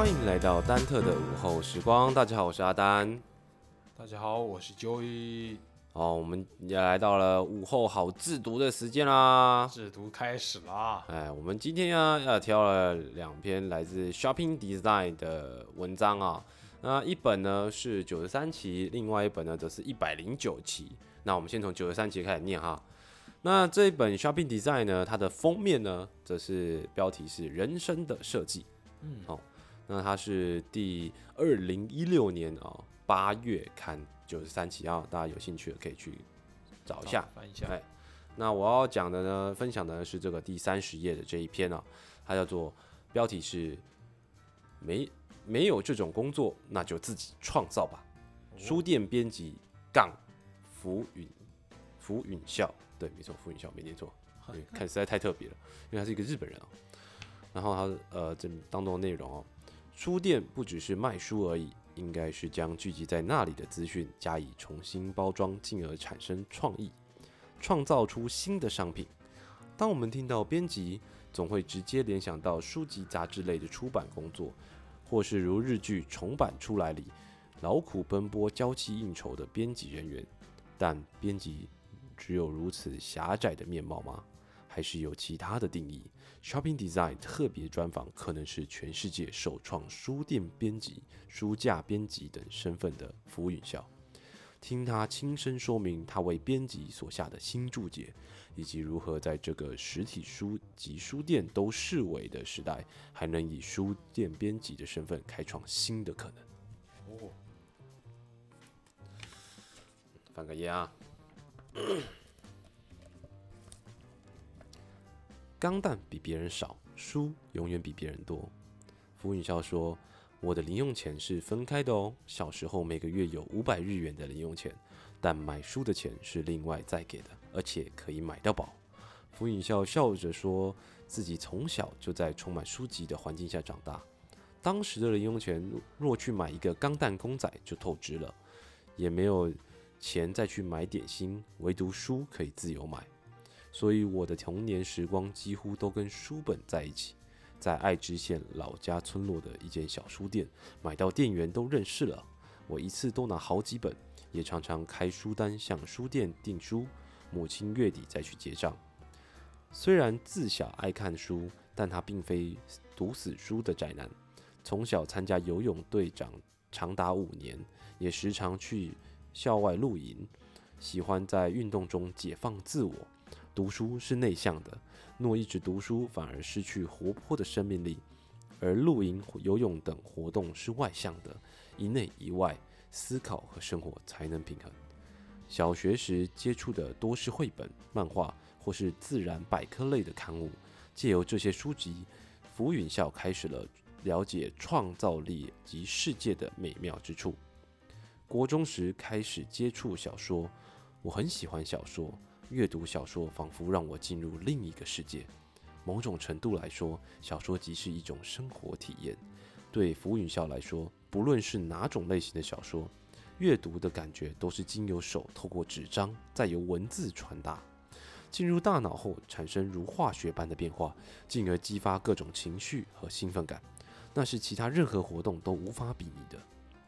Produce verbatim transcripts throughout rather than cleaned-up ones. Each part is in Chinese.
欢迎来到丹特的午后时光。大家好，我是阿丹。 大家好，我是 Joey。 好，我们也来到了午后好制读的时间啦。 制读开始啦！ 哎，我们今天啊要挑了两篇来自 Shopping Design 的文章啊。那一本呢是九十三期，另外一本呢则是一百零九期。那我们先从九十三期开始念哈。那这一本 Shopping Design 呢，它的封面呢，则是标题是人生的设计。嗯，好、哦，那它是第二零一六年啊八月刊九十三期啊，大家有兴趣的可以去找一下， 翻一下。 哎，那我要讲的呢，分享的是这个第三十页的这一篇啊，它叫做标题是没没有这种工作，那就自己创造吧。哦、书店编辑杠浮云浮云笑，对，没错，浮云笑没念错，看实在太特别了，因为他是一个日本人啊。然后他呃这当中的内容哦，书店不只是卖书而已，应该是将聚集在那里的资讯加以重新包装，进而产生创意，创造出新的商品。当我们听到编辑，总会直接联想到书籍、杂志类的出版工作，或是如日剧重版出来里劳苦奔波、交期应酬的编辑人员。但编辑只有如此狭窄的面貌吗？还是有其他的定义 ？Shopping Design 特别专访可能是全世界首创书店编辑、书架编辑等身份的浮云笑。听他亲身说明他为编辑所下的新注解，以及如何在这个实体书及书店都式微的时代，还能以书店编辑的身份开创新的可能。哦，翻个页啊。钢弹比别人少，书永远比别人多。浮云笑说：“我的零用钱是分开的哦。小时候每个月有五百日元的零用钱，但买书的钱是另外再给的，而且可以买到饱。”浮云笑笑着说自己从小就在充满书籍的环境下长大，当时的零用钱若去买一个钢弹公仔就透支了，也没有钱再去买点心，唯独书可以自由买。所以我的童年时光几乎都跟书本在一起，在爱知县老家村落的一间小书店，买到店员都认识了。我一次都拿好几本，也常常开书单向书店订书，母亲月底再去结账。虽然自小爱看书，但他并非读死书的宅男。从小参加游泳队长长达五年，也时常去校外露营，喜欢在运动中解放自我。读书是内向的，若一直读书反而失去活泼的生命力，而露营、游泳等活动是外向的，一内一外，思考和生活才能平衡。小学时接触的多是绘本、漫画或是自然百科类的刊物，借由这些书籍，浮云笑开始了了解创造力及世界的美妙之处。国中时开始接触小说，我很喜欢小说。阅读小说仿佛让我进入另一个世界，某种程度来说，小说即是一种生活体验。对浮云笑来说，不论是哪种类型的小说，阅读的感觉都是经由手透过纸张，再由文字传达，进入大脑后产生如化学般的变化，进而激发各种情绪和兴奋感，那是其他任何活动都无法比拟的。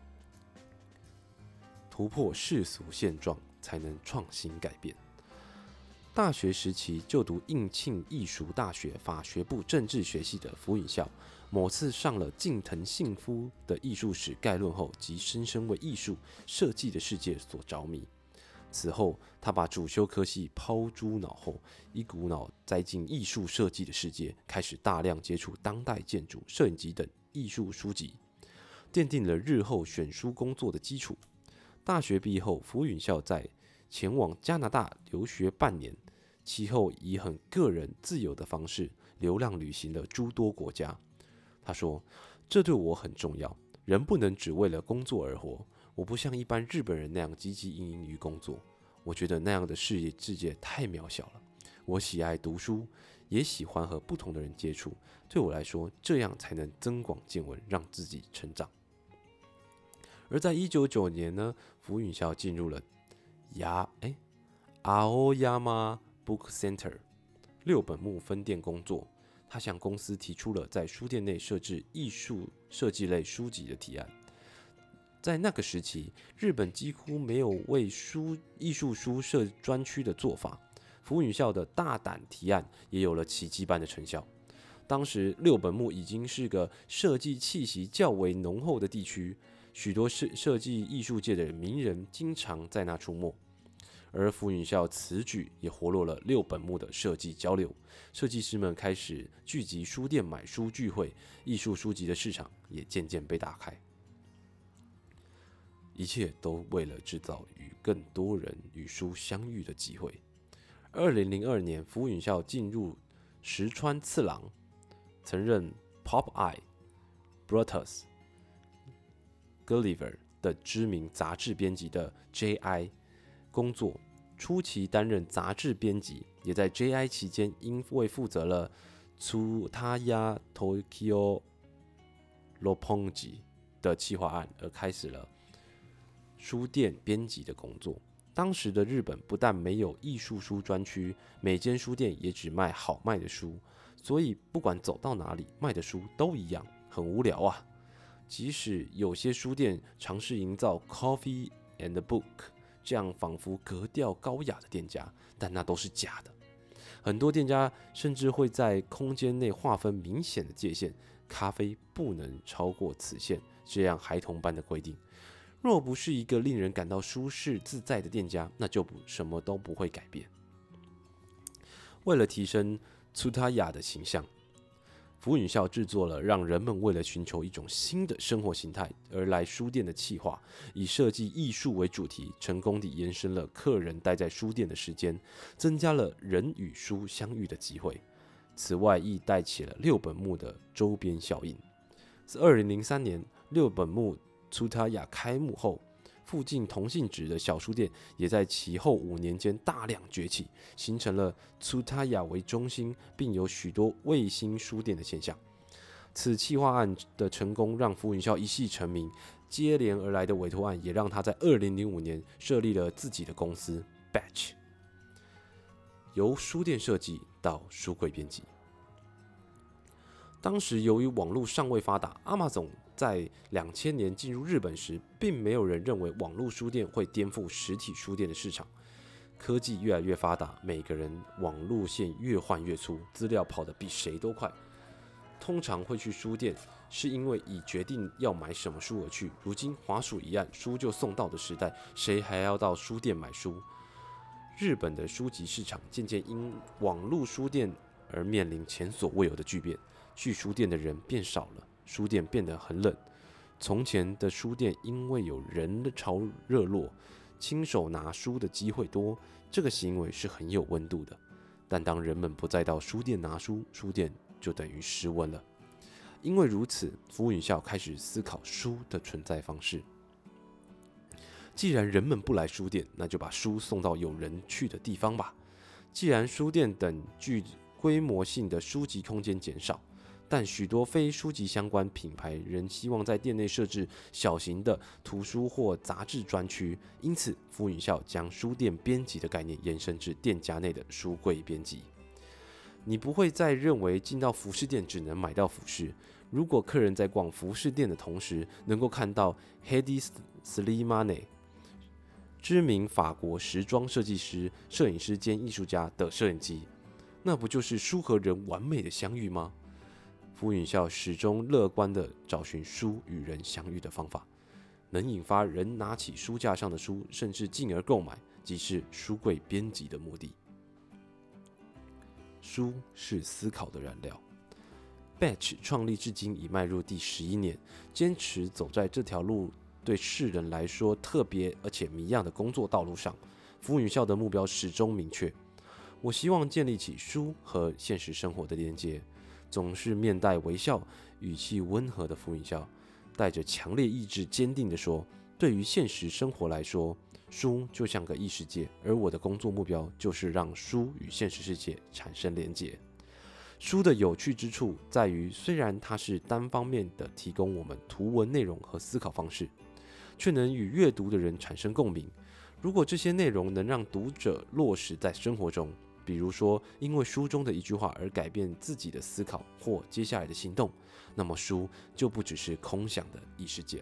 突破世俗现状，才能创新改变。大学时期就读应庆艺术大学法学部政治学系的浮云笑，某次上了近藤幸夫的艺术史概论后，即深深为艺术设计的世界所着迷。此后，他把主修科系抛诸脑后，一股脑栽进艺术设计的世界，开始大量接触当代建筑、摄影集等艺术书籍，奠定了日后选书工作的基础。大学毕业后，浮云笑在前往加拿大留学半年，其后以很个人自由的方式流浪旅行了诸多国家。他说：“这对我很重要，人不能只为了工作而活。我不像一般日本人那样汲汲营营于工作，我觉得那样的事业世界太渺小了。我喜爱读书，也喜欢和不同的人接触。对我来说，这样才能增广见闻，让自己成长。”而在一九九九年呢，浮云笑进入了雅哎阿欧亚玛 Book Center 六本木分店工作。 他向公司提出了在书店内设置艺术设计类书籍的提案。在那个时期，日本几乎没有为书艺术书设专区的做法。福允校的大胆提案也有了奇迹般的成效。当时六本木已经是个设计气息较为浓厚的地区，许多设设计艺术界的名人经常在那出没。而福允校此举也活络了六本木的设计交流，设计师们开始聚集书店买书聚会，艺术书籍的市场也渐渐被打开。一切都为了制造与更多人与书相遇的机会。二零零二年，福允校进入石川次郎，曾任 Pop Eye、Brutus、Gulliver 的知名杂志编辑的 J I 工作，初期担任杂志编辑，也在 J I 期间因为负责了 Tsutaya Tokyo Roppongi 的企划案而开始了书店编辑的工作。当时的日本不但没有艺术书专区，每间书店也只卖好卖的书，所以不管走到哪里，卖的书都一样，很无聊啊。即使有些书店尝试营造 Coffee and Book 这样仿佛格调高雅的店家，但那都是假的。很多店家甚至会在空间内划分明显的界限，咖啡不能超过此线，这样孩童般的规定。若不是一个令人感到舒适自在的店家，那就不什么都不会改变。为了提升粗塔雅的形象，福允校制作了让人们为了寻求一种新的生活形态而来书店的企划，以设计艺术为主题，成功地延伸了客人待在书店的时间，增加了人与书相遇的机会。此外，亦带起了六本木的周边效应。自二零零三年六本木粗塔雅开幕后，附近同性质的小书店也在其后五年间大量崛起，形成了粗塔雅为中心，并有许多卫星书店的现象。此企划案的成功让福允校一夕成名，接连而来的委托案也让他在二零零五年设立了自己的公司 Batch， 由书店设计到书柜编辑。当时由于网络尚未发达， Amazon 在两千年进入日本时，并没有人认为网络书店会颠覆实体书店的市场。科技越来越发达，每个人网路线越换越粗，资料跑得比谁都快。通常会去书店，是因为已决定要买什么书而去。如今滑鼠一按，书就送到的时代，谁还要到书店买书？日本的书籍市场渐渐因网络书店而面临前所未有的巨变。去书店的人变少了，书店变得很冷。从前的书店因为有人潮热络，亲手拿书的机会多，这个行为是很有温度的。但当人们不再到书店拿书，书店就等于失温了。因为如此，福允校开始思考书的存在方式。既然人们不来书店，那就把书送到有人去的地方吧。既然书店等具规模性的书籍空间减少，但许多非书籍相关品牌仍希望在店内设置小型的图书或杂志专区，因此福允校将书店编辑的概念延伸至店家内的书柜编辑。你不会再认为进到服饰店只能买到服饰。如果客人在逛服饰店的同时能够看到 Hedi Slimane 知名法国时装设计师、摄影师兼艺术家的摄影机，那不就是书和人完美的相遇吗？福允校始终乐观地找寻书与人相遇的方法，能引发人拿起书架上的书，甚至进而购买，即是书柜编辑的目的。书是思考的燃料。Batch 创立至今已迈入第十一年，坚持走在这条路对世人来说特别而且谜样的工作道路上。福允校的目标始终明确，我希望建立起书和现实生活的连接。总是面带微笑、语气温和的福允校，带着强烈意志坚定地说：“对于现实生活来说，书就像个异世界，而我的工作目标就是让书与现实世界产生连结。”书的有趣之处在于，虽然它是单方面的提供我们图文内容和思考方式，却能与阅读的人产生共鸣。如果这些内容能让读者落实在生活中， 比如说因为书中的一句话而改变自己的思考或接下来的行动，那么书就不只是空想的异世界了。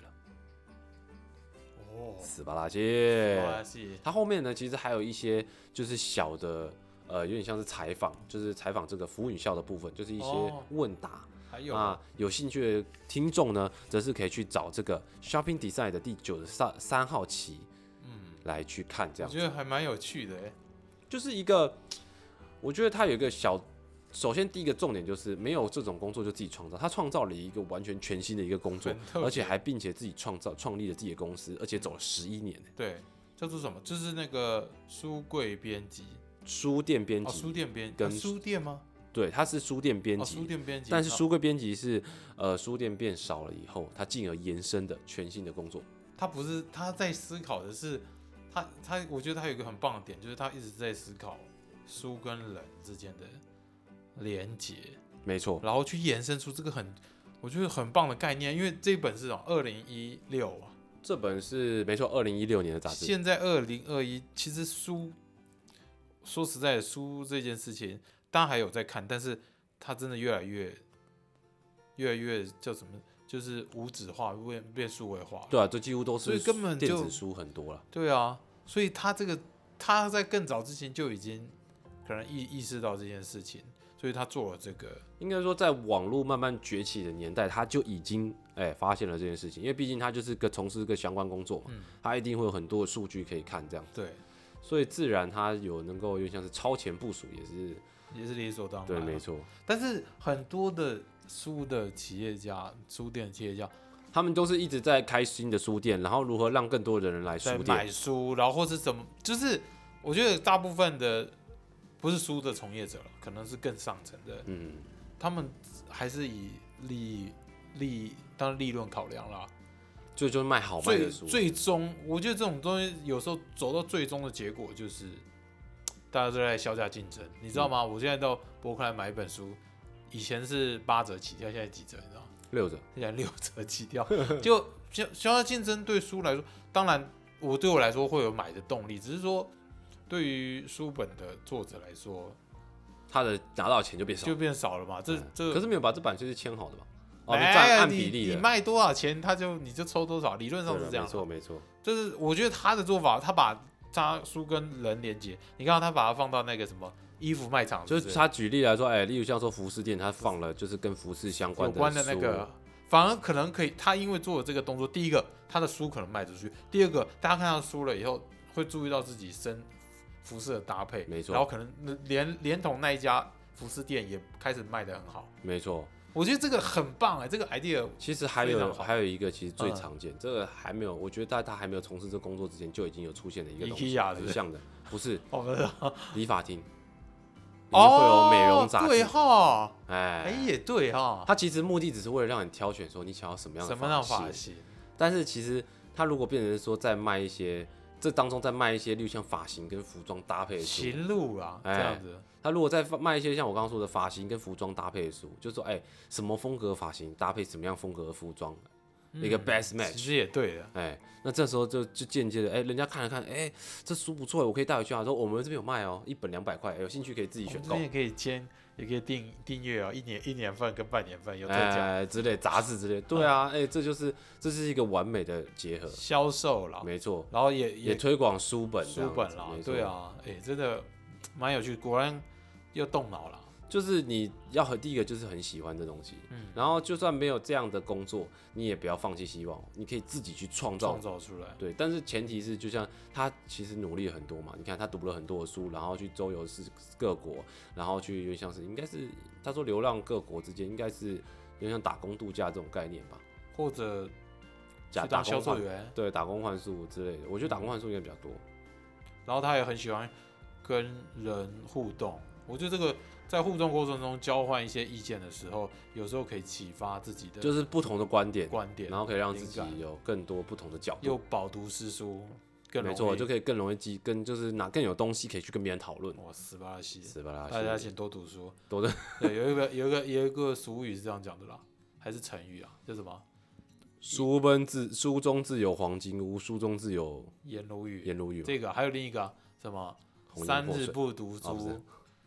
哦， 斯巴拉界， 哇塞， 它后面呢，其实还有一些就是小的，呃，有点像是采访，就是采访这个福允校的部分，就是一些哦问答。 还有啊，有兴趣的听众呢，则是可以去找这个 Shopping Design 的第九十三号期， 嗯， 来去看，这样我觉得还蛮有趣的哎。 就是一个，我觉得它有一个小，首先第一个重点就是没有这种工作就自己创造，他创造了一个完全全新的一个工作，而且还并且自己创造创立了自己的公司，而且走了十一年。 对，叫做什么？就是那个书柜编辑、 书店编辑、 哦，书店编跟、 啊、书店吗？ 对，他是书店编哦， 辑， 书店编辑。 但是书柜编辑是呃书店变少了以后，他进而延伸的全新的工作。 他不是他在思考的是，他他我觉得他有一个很棒的点，就是他一直在思考书跟人之间的连结， 没错， 然后去延伸出这个很我觉得很棒的概念。因为这本是二零一六啊， 这本是没错，二零一六年的杂志。 现在二零二一，其实书说实在的，书这件事情。当然还有在看，但是它真的越来越、越来越叫什么？就是无纸化，变变数位化。 对啊，这几乎都是， 所以根本就电子书很多了。 对啊，所以他这个他在更早之前就已经可能意意识到这件事情，所以他做了这个。 应该说，在网络慢慢崛起的年代，他就已经哎、欸、发现了这件事情，因为毕竟他就是个从事个相关工作嘛， 嗯， 他一定会有很多的数据可以看，这样。 对， 所以自然他有能够有点像是超前部署，也是。 也是理所当然。 对，没错。 但是很多的书的企业家、书店的企业家， 他们都是一直在开新的书店，然后如何让更多的人来书店买书，然后或是怎么，就是我觉得大部分的不是书的从业者了，可能是更上层的， 嗯， 他们还是以利利当然利润考量啦。 所以就是卖好卖的书。 最终，我觉得这种东西有时候走到最终的结果就是。大家都在销价竞争，你知道吗？嗯、我现在到博客来买一本书，以前是八折起跳，现在几折？你知道吗？ 六折， 现在六折起跳。就销销价竞争对书来说，当然我对我来说会有买的动力，只是说对于书本的作者来说， 他的拿到钱就变少， 就变少了嘛。这、嗯、这可是没有把这版就是签好的嘛？ 哦， 你占按比例的， 你卖多少钱，他就你就抽多少，理论上是这样。 没错没错， 就是我觉得他的做法，他把。他书跟人连接，你看到他把它放到那个什么衣服卖场， 就是他举例来说，哎、欸，例如像说服饰店，他放了就是跟服饰相关的有关的那个，反而可能可以，他因为做了这个动作，第一个他的书可能卖出去，第二个大家看到书了以后会注意到自己身服饰的搭配， 没错， 然后可能连连同那一家服饰店也开始卖得很好， 没错。 我觉得这个很棒哎、欸，这个 idea 其实还有还有一个其实最常见，嗯、这个还没有，我觉得在他还没有从事这工作之前就已经有出现的一个东西，很像的，不是？ 哦，不是， 理发厅，里面会有美容杂志， 对哈， 哎， 哎也对哈， 它其实目的只是为了让你挑选，说你想要什么样的什么样发型， 但是其实它如果变成说在卖一些，这当中在卖一些，例如像发型跟服装搭配的书， 行路啊，这样子。 他如果在卖一些像我刚刚说的发型跟服装搭配的书，就说哎、欸，什么风格发型搭配什么样风格的服装，嗯、一个 best match， 其实也对的。 哎、欸，那这时候就就间接的，哎、欸，人家看了看，哎、欸，这书不错，我可以带回去啊。说我们这边有卖哦、喔，一本两百块，有兴趣可以自己选购。 也可以签，也可以订订阅哦，一年一年份跟半年份有特价、 欸、之类杂志之类。对啊，哎、欸，这就是这是一个完美的结合， 销售啦， 没错。 然后也 也, 也推广书本， 书本啦，对啊，哎、欸，真的蛮有趣，果然。又动脑了， 就是你要和第一个就是很喜欢这东西，嗯，然后就算没有这样的工作，你也不要放弃希望，你可以自己去创造创造出来， 对，但是前提是就像他其实努力了很多嘛，你看他读了很多的书，然后去周游世各国，然后去有点像是应该是他说流浪各国之间应该是有点像打工度假这种概念吧， 或者假当销售员， 对，打工换宿之类的，我觉得打工换宿应该比较多， 然后他也很喜欢跟人互动。我觉得这个在互动过程中交换一些意见的时候，有时候可以启发自己的， 就是不同的观点， 观点， 然后可以让自己有更多不同的角度， 又饱读诗书，更没错，就可以更容易记，更就是拿更有东西可以去跟别人讨论。 哇，斯巴拉西， 斯巴拉西， 大家请多读书， 多的。 对，有一个有一个有一个俗语是这样讲的啦，还是成语啊？叫什么？ 书本自书中自有黄金屋，书中自有颜如玉。 颜如玉， 这个还有另一个、啊、什么？三日不读书， 哦、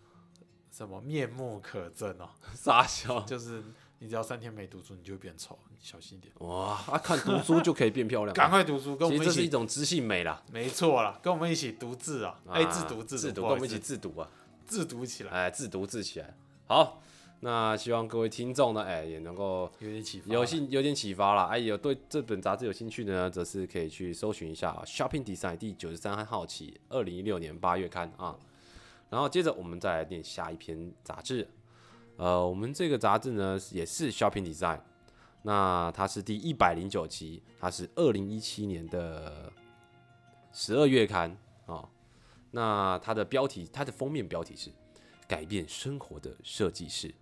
什么面目可憎哦， 傻笑。 就是你只要三天没读书，你就会变丑，你小心一点。 哇，啊，看读书就可以变漂亮， 赶快读书，跟我其实这是一们一起。 种知性美啦。 没错啦，跟我们一起读字啊，哎、 啊自读自自读， 读， 跟我们一起自读啊， 自读起来， 哎，自读自起来。好，那希望各位听众呢，哎，也能够有点启发啦， 有兴有点启发啦。哎，有对这本杂志有兴趣的呢，则是可以去搜寻一下《Shopping Design》第九十三号期，二零一六年八月刊啊。然后接着我们再来念下一篇杂志。呃，我们这个杂志呢也是 Shopping Design， 那它是第一百零九期，它是二零一七年的十二月刊啊。那它的标题，它的封面标题是“改变生活的设计师”。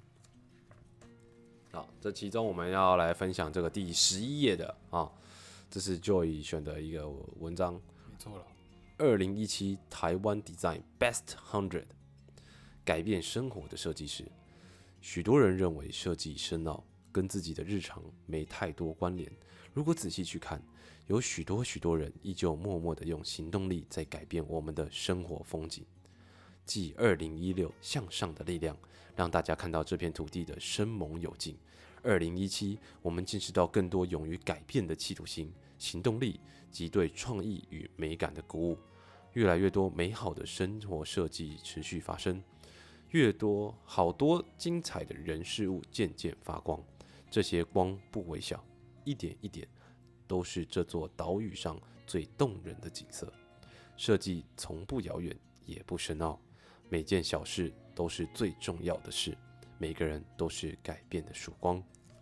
好，这其中我们要来分享这个第十一页的啊，这是 Joy 选的一个文章。 没错了。 二零一七台湾 Design Best Hundred， 改变生活的设计师。许多人认为设计深奥，跟自己的日常没太多关联。如果仔细去看，有许多许多人依旧默默地用行动力在改变我们的生活风景。继二零一六向上的力量，让大家看到这片土地的生猛有劲。二零一七，我们见识到更多勇于改变的企图心、行动力及对创意与美感的鼓舞。越来越多美好的生活设计持续发生，越多好多精彩的人事物渐渐发光。这些光不微小，一点一点都是这座岛屿上最动人的景色。设计从不遥远，也不深奥，每件小事都是最重要的事。每个人都是改变的曙光。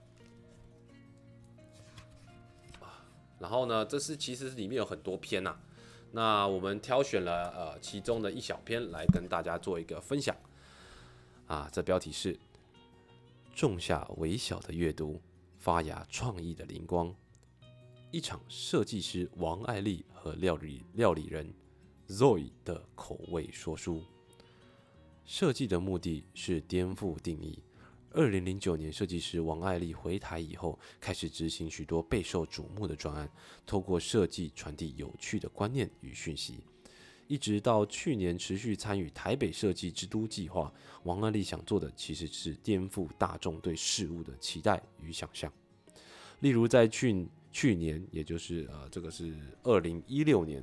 然后呢，这是其实里面有很多篇呐、啊，那我们挑选了呃其中的一小篇来跟大家做一个分享。啊，这标题是“种下微小的阅读，发芽创意的灵光”。一场设计师王爱丽和料理料理人 Zoe 的口味说书。设计的目的是颠覆定义。二零零九年，设计师王爱丽回台以后，开始执行许多备受瞩目的专案，透过设计传递有趣的观念与讯息。一直到去年持续参与台北设计之都计划，王爱丽想做的其实是颠覆大众对事物的期待与想象。例如在去去年，也就是呃这个是二零一六年。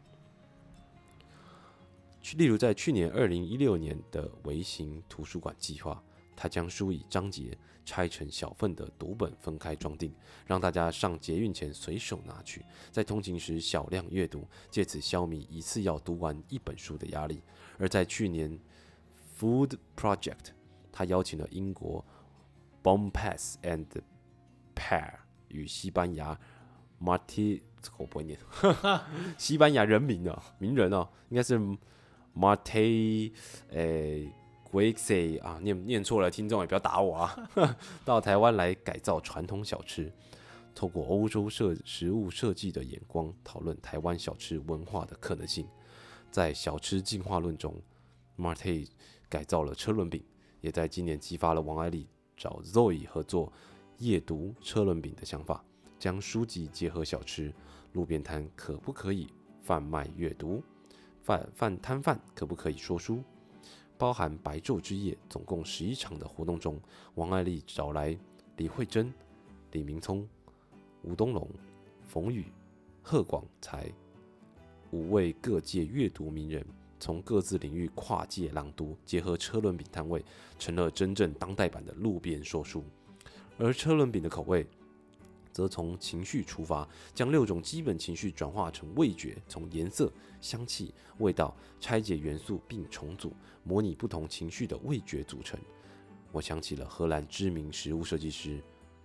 例如，在去年二零一六年的微型图书馆计划，他将书以章节拆成小份的读本分开装订，让大家上捷运前随手拿去，在通勤时小量阅读，借此消弭一次要读完一本书的压力。而在去年 Food Project， 他邀请了英国 Bompass and Pair 与西班牙 Marti， 我不会念，西班牙人名啊，名人啊，应该是 Marte， 诶 Guixe 啊，念念错了，听众也不要打我啊。到台湾来改造传统小吃，透过欧洲设食物设计的眼光，讨论台湾小吃文化的可能性。在小吃进化论中 ，Marte 改造了车轮饼，也在今年激发了王爱丽找 Zoe 合作夜读车轮饼的想法，将书籍结合小吃。路边摊可不可以贩卖阅读？饭饭摊贩可不可以说书？包含白昼之夜总共十一场的活动中，王爱丽找来李慧珍、李明聪、吴东龙、冯宇、贺广才五位各界阅读名人，从各自领域跨界朗读，结合车轮饼摊位，成了真正当代版的路边说书。而车轮饼的口味则从情绪出发，将六种基本情绪转化成味觉，从颜色、香气、味道拆解元素并重组，模拟不同情绪的味觉组成。我想起了荷兰知名食物设计师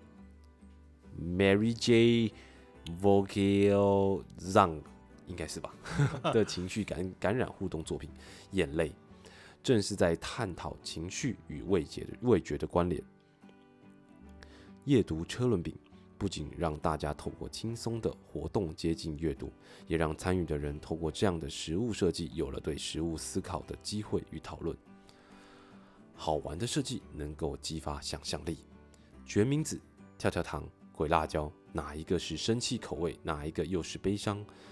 Mary J. Vogel-Zang， 应该是吧的情绪感感染互动作品《眼泪》，正是在探讨情绪与味觉的味觉的关联。夜读车轮饼不仅让大家透过轻松的活动接近阅读，也让参与的人透过这样的食物设计，有了对食物思考的机会与讨论。好玩的设计能够激发想象力。决明子、跳跳糖、鬼辣椒，哪一个是生气口味，哪一个又是悲伤？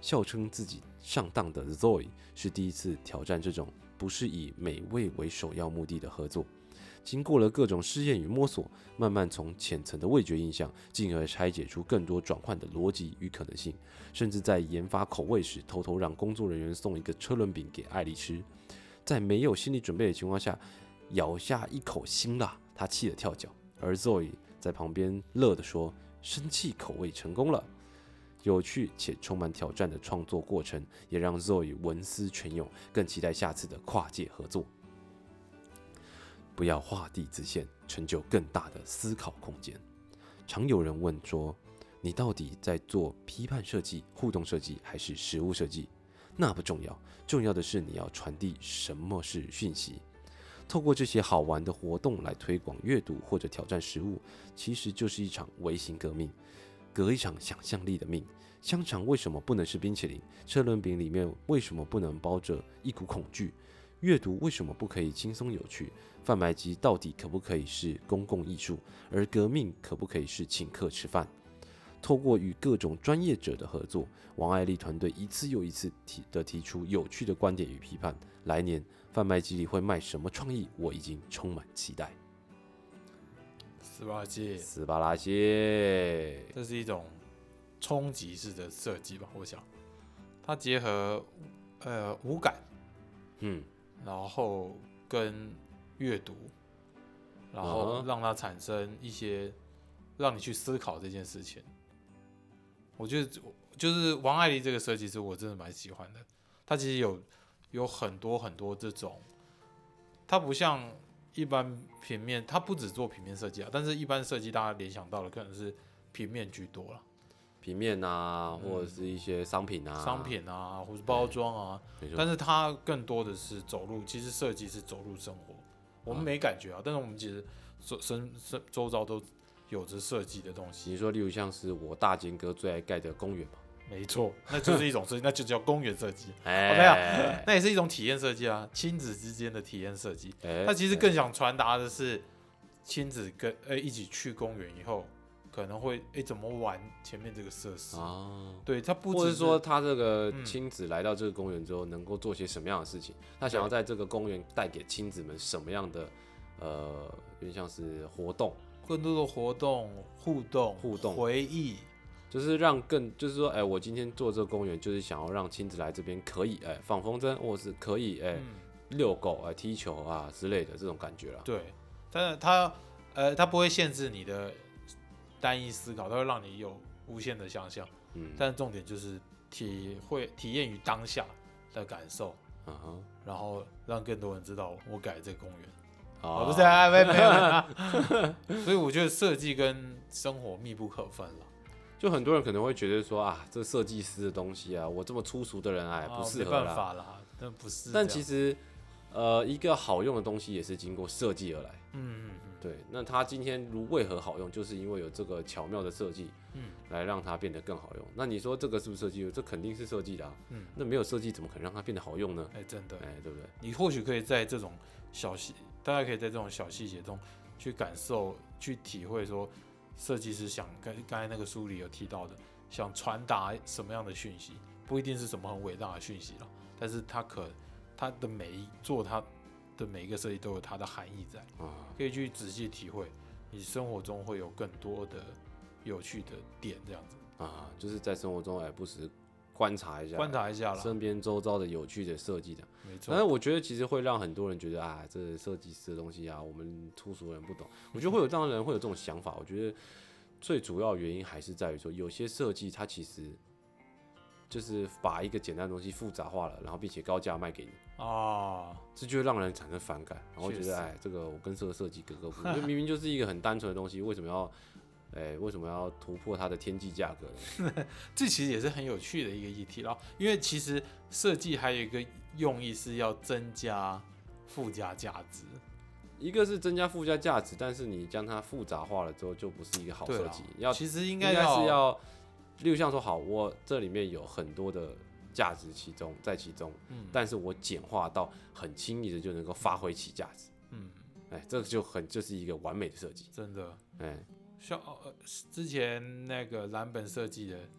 笑称自己上当的 Zoe 是第一次挑战这种不是以美味为首要目的的合作。经过了各种试验与摸索，慢慢从浅层的味觉印象，进而拆解出更多转换的逻辑与可能性，甚至在研发口味时，偷偷让工作人员送一个车轮饼给艾莉吃。在没有心理准备的情况下，咬下一口辛辣，他气得跳脚，而 Zoe 在旁边乐地说：“生气口味成功了。”有趣且充满挑战的创作过程，也让 Zoe 文思泉涌，更期待下次的跨界合作。不要画地自限，成就更大的思考空间。常有人问说，你到底在做批判设计、互动设计还是实物设计？那不重要，重要的是你要传递什么是讯息。透过这些好玩的活动来推广阅读或者挑战实物，其实就是一场微型革命，革一场想象力的命。香肠为什么不能是冰淇淋？车轮饼里面为什么不能包着一股恐惧？阅读为什么不可以轻松有趣？贩卖机到底可不可以是公共艺术？而革命可不可以是请客吃饭？透过与各种专业者的合作，王爱丽团队一次又一次提的提出有趣的观点与批判。来年贩卖机里会卖什么创意？我已经充满期待。 斯巴拉西， 斯巴拉西， 这是一种冲击式的设计吧？我想，它结合呃五感， 嗯， 然后跟阅读，然后让它产生一些让你去思考这件事情。我觉得就是王爱丽这个设计师，我真的蛮喜欢的。他其实有有很多很多这种，他不像一般平面，他不只做平面设计啊，但是一般设计大家联想到的可能是平面居多了。 平面啊， 嗯、 或者是一些商品啊， 商品啊，或是包装啊，但是它更多的是走入，其实设计是走入生活，我们没感觉啊，但是我们其实身身周遭都有着设计的东西。 你说，例如像是我大坚哥最爱盖的公园嘛？ 没错，那就是一种设计，那就叫公园设计。 哎、 OK 啊，那也是一种体验设计啊，亲子之间的体验设计。 哎、 它其实更想传达的是，亲子跟呃、欸、一起去公园以后。可能会哎、欸、怎么玩前面这个设施啊？对，他不只是， 或者说他这个亲子来到这个公园之后，能够做些什么样的事情？他想要在这个公园带给亲子们什么样的呃，有点像是活动， 更多的活动、互动、 互动、 回忆， 就是让更就是说，哎、欸，我今天做这个公园，就是想要让亲子来这边可以哎、欸、放风筝，或是可以哎遛狗、哎、欸、踢球啊之类的这种感觉啦。 对，但是他呃他不会限制你的。单一思考，它会让你有无限的想象，嗯，但重点就是体会、体验于当下的感受，嗯哼，然后让更多人知道我改这个公园，哦，不是啊，没没有，所以我觉得设计跟生活密不可分了。 就很多人可能会觉得说啊，这设计师的东西啊，我这么粗俗的人哎，不适合啦， 没办法啦，但不是。 但其实，呃，一个好用的东西也是经过设计而来， 嗯嗯嗯。 对，那它今天如为何好用，就是因为有这个巧妙的设计，嗯，来让它变得更好用。那你说这个是不是设计？这肯定是设计的啊，嗯，那没有设计怎么可能让它变得好用呢？ 哎、欸，真的， 哎、欸，对不对？ 你或许可以在这种小细，大家可以在这种小细节中去感受、去体会，说设计师想刚刚才那个书里有提到的，想传达什么样的讯息，不一定是什么很伟大的讯息了，但是它可它的每一做它。的每一个设计都有它的含义在，可以去仔细体会，你生活中会有更多的有趣的点，这样子啊，就是在生活中哎，不时观察一下， 观察一下啦， 身边周遭的有趣的设计的， 没错。 但是我觉得其实会让很多人觉得啊，这设计师的东西啊，我们粗俗人不懂。我觉得会有这样的人会有这种想法，我觉得最主要原因还是在于说，有些设计它其实。就是把一个简单的东西复杂化了，然后并且高价卖给你啊，这就会让人产生反感，然后觉得哎，这个我跟这个设计格格不入，明明就是一个很单纯的东西，为什么要哎为什么要突破它的天际价格呢？ 这其实也是很有趣的一个议题啦，因为其实设计还有一个用意是要增加附加价值， 一个是增加附加价值，但是你将它复杂化了之后，就不是一个好设计。要其实应该应该是要。例如像说，好，我这里面有很多的价值其中在其中，嗯，但是我简化到很轻易的就能够发挥其价值，嗯，哎，这个就很就是一个完美的设计， 真的， 哎， 像、呃、之前那个蓝本设计的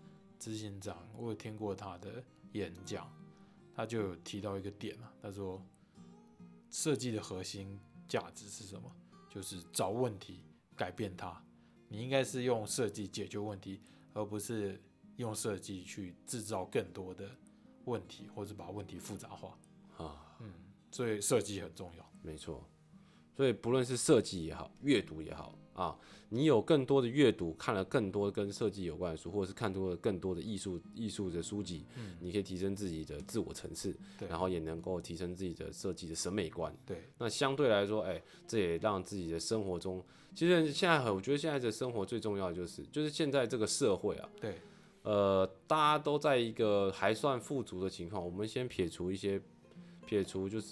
执行长，我有听过他的演讲，他就有提到一个点啊，他说设计的核心价值是什么？就是找问题，改变它。你应该是用设计解决问题，而不是用设计去制造更多的问题，或者把问题复杂化。啊，嗯，所以设计很重要。 没错，所以不论是设计也好，阅读也好啊，你有更多的阅读，看了更多跟设计有关的书，或者是看多了更多的艺术艺术的书籍，嗯，你可以提升自己的自我层次，然后也能够提升自己的设计的审美观。 对， 那相对来说，哎、欸，这也让自己的生活中，其实现在我觉得现在的生活最重要的就是，就是现在这个社会啊， 对， 呃，大家都在一个还算富足的情况，我们先撇除一些，撇除就是。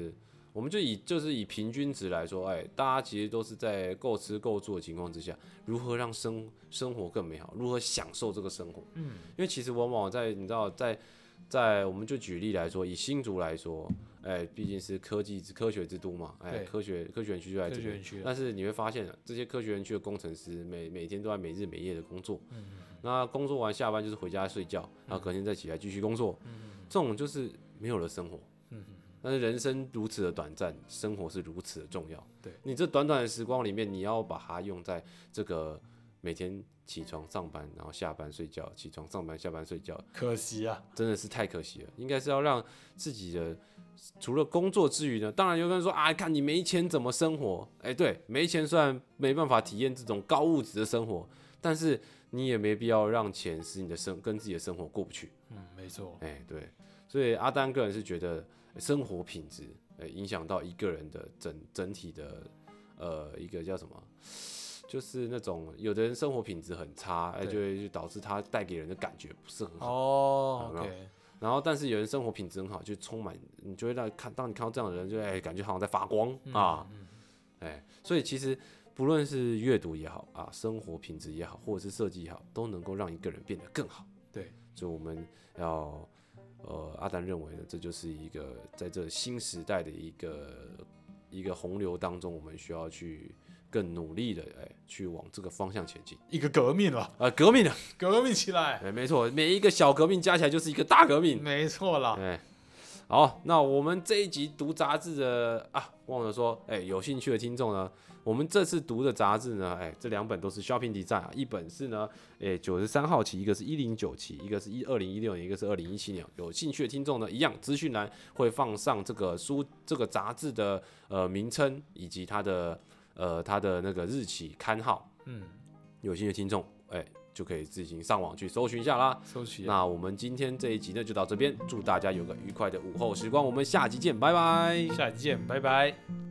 我们就以就是以平均值来说，哎，大家其实都是在够吃够住的情况之下，如何让生生活更美好，如何享受这个生活。嗯，因为其实往往在你知道，在在我们就举例来说，以新竹来说，哎，毕竟是科技科学之都嘛，哎，科学科学园区就在这边。但是你会发现，这些科学园区的工程师每每天都在每日每夜的工作。嗯，那工作完下班就是回家睡觉，然后隔天再起来继续工作。嗯，这种就是没有了生活。嗯。但是人生如此的短暂，生活是如此的重要。 对， 你这短短的时光里面，你要把它用在这个每天起床上班，然后下班睡觉，起床上班下班睡觉， 可惜啊， 真的是太可惜了。应该是要让自己的除了工作之余呢，当然有个人说啊，看你没钱怎么生活？哎、欸，对，没钱虽然没办法体验这种高物质的生活，但是你也没必要让钱使你的生跟自己的生活过不去。 嗯，没错。 哎、欸，对，所以阿丹个人是觉得。生活品质，呃，影响到一个人的整整体的，呃，一个叫什么，就是那种有的人生活品质很差，哎、欸，就会导致他带给人的感觉不是很好。 哦 ，OK。 然后，但是有人生活品质很好，就充满，你就会让看，当你看到这样的人，就哎、欸，感觉好像在发光、嗯、啊，哎、欸，所以其实不论是阅读也好啊，生活品质也好，或者是设计也好，都能够让一个人变得更好。 对， 所以我们要。呃，阿丹认为呢，这就是一个在这新时代的一个一个洪流当中，我们需要去更努力的，哎、欸，去往这个方向前进。 一个革命了， 呃，革命了， 革命起来。 哎，没错，每一个小革命加起来就是一个大革命。 没错啦。 哎，好，那我们这一集读杂志的啊，忘了说，哎、欸，有兴趣的听众呢，我们这次读的杂志呢，哎、欸，这两本都是 Shopping Design 啊，一本是呢，哎，九十三号期，一个是一零九期，一个是一二零一六年，一个是二零一七年。有兴趣的听众呢，一样，资讯栏会放上这个书、这个杂志的呃名称以及它的呃它的那个日期刊号。嗯，有兴趣的听众，哎、欸，就可以自行上网去搜寻一下啦。 搜寻。 那我们今天这一集呢，就到这边，祝大家有个愉快的午后时光，我们下集见，拜拜。 下集见，拜拜。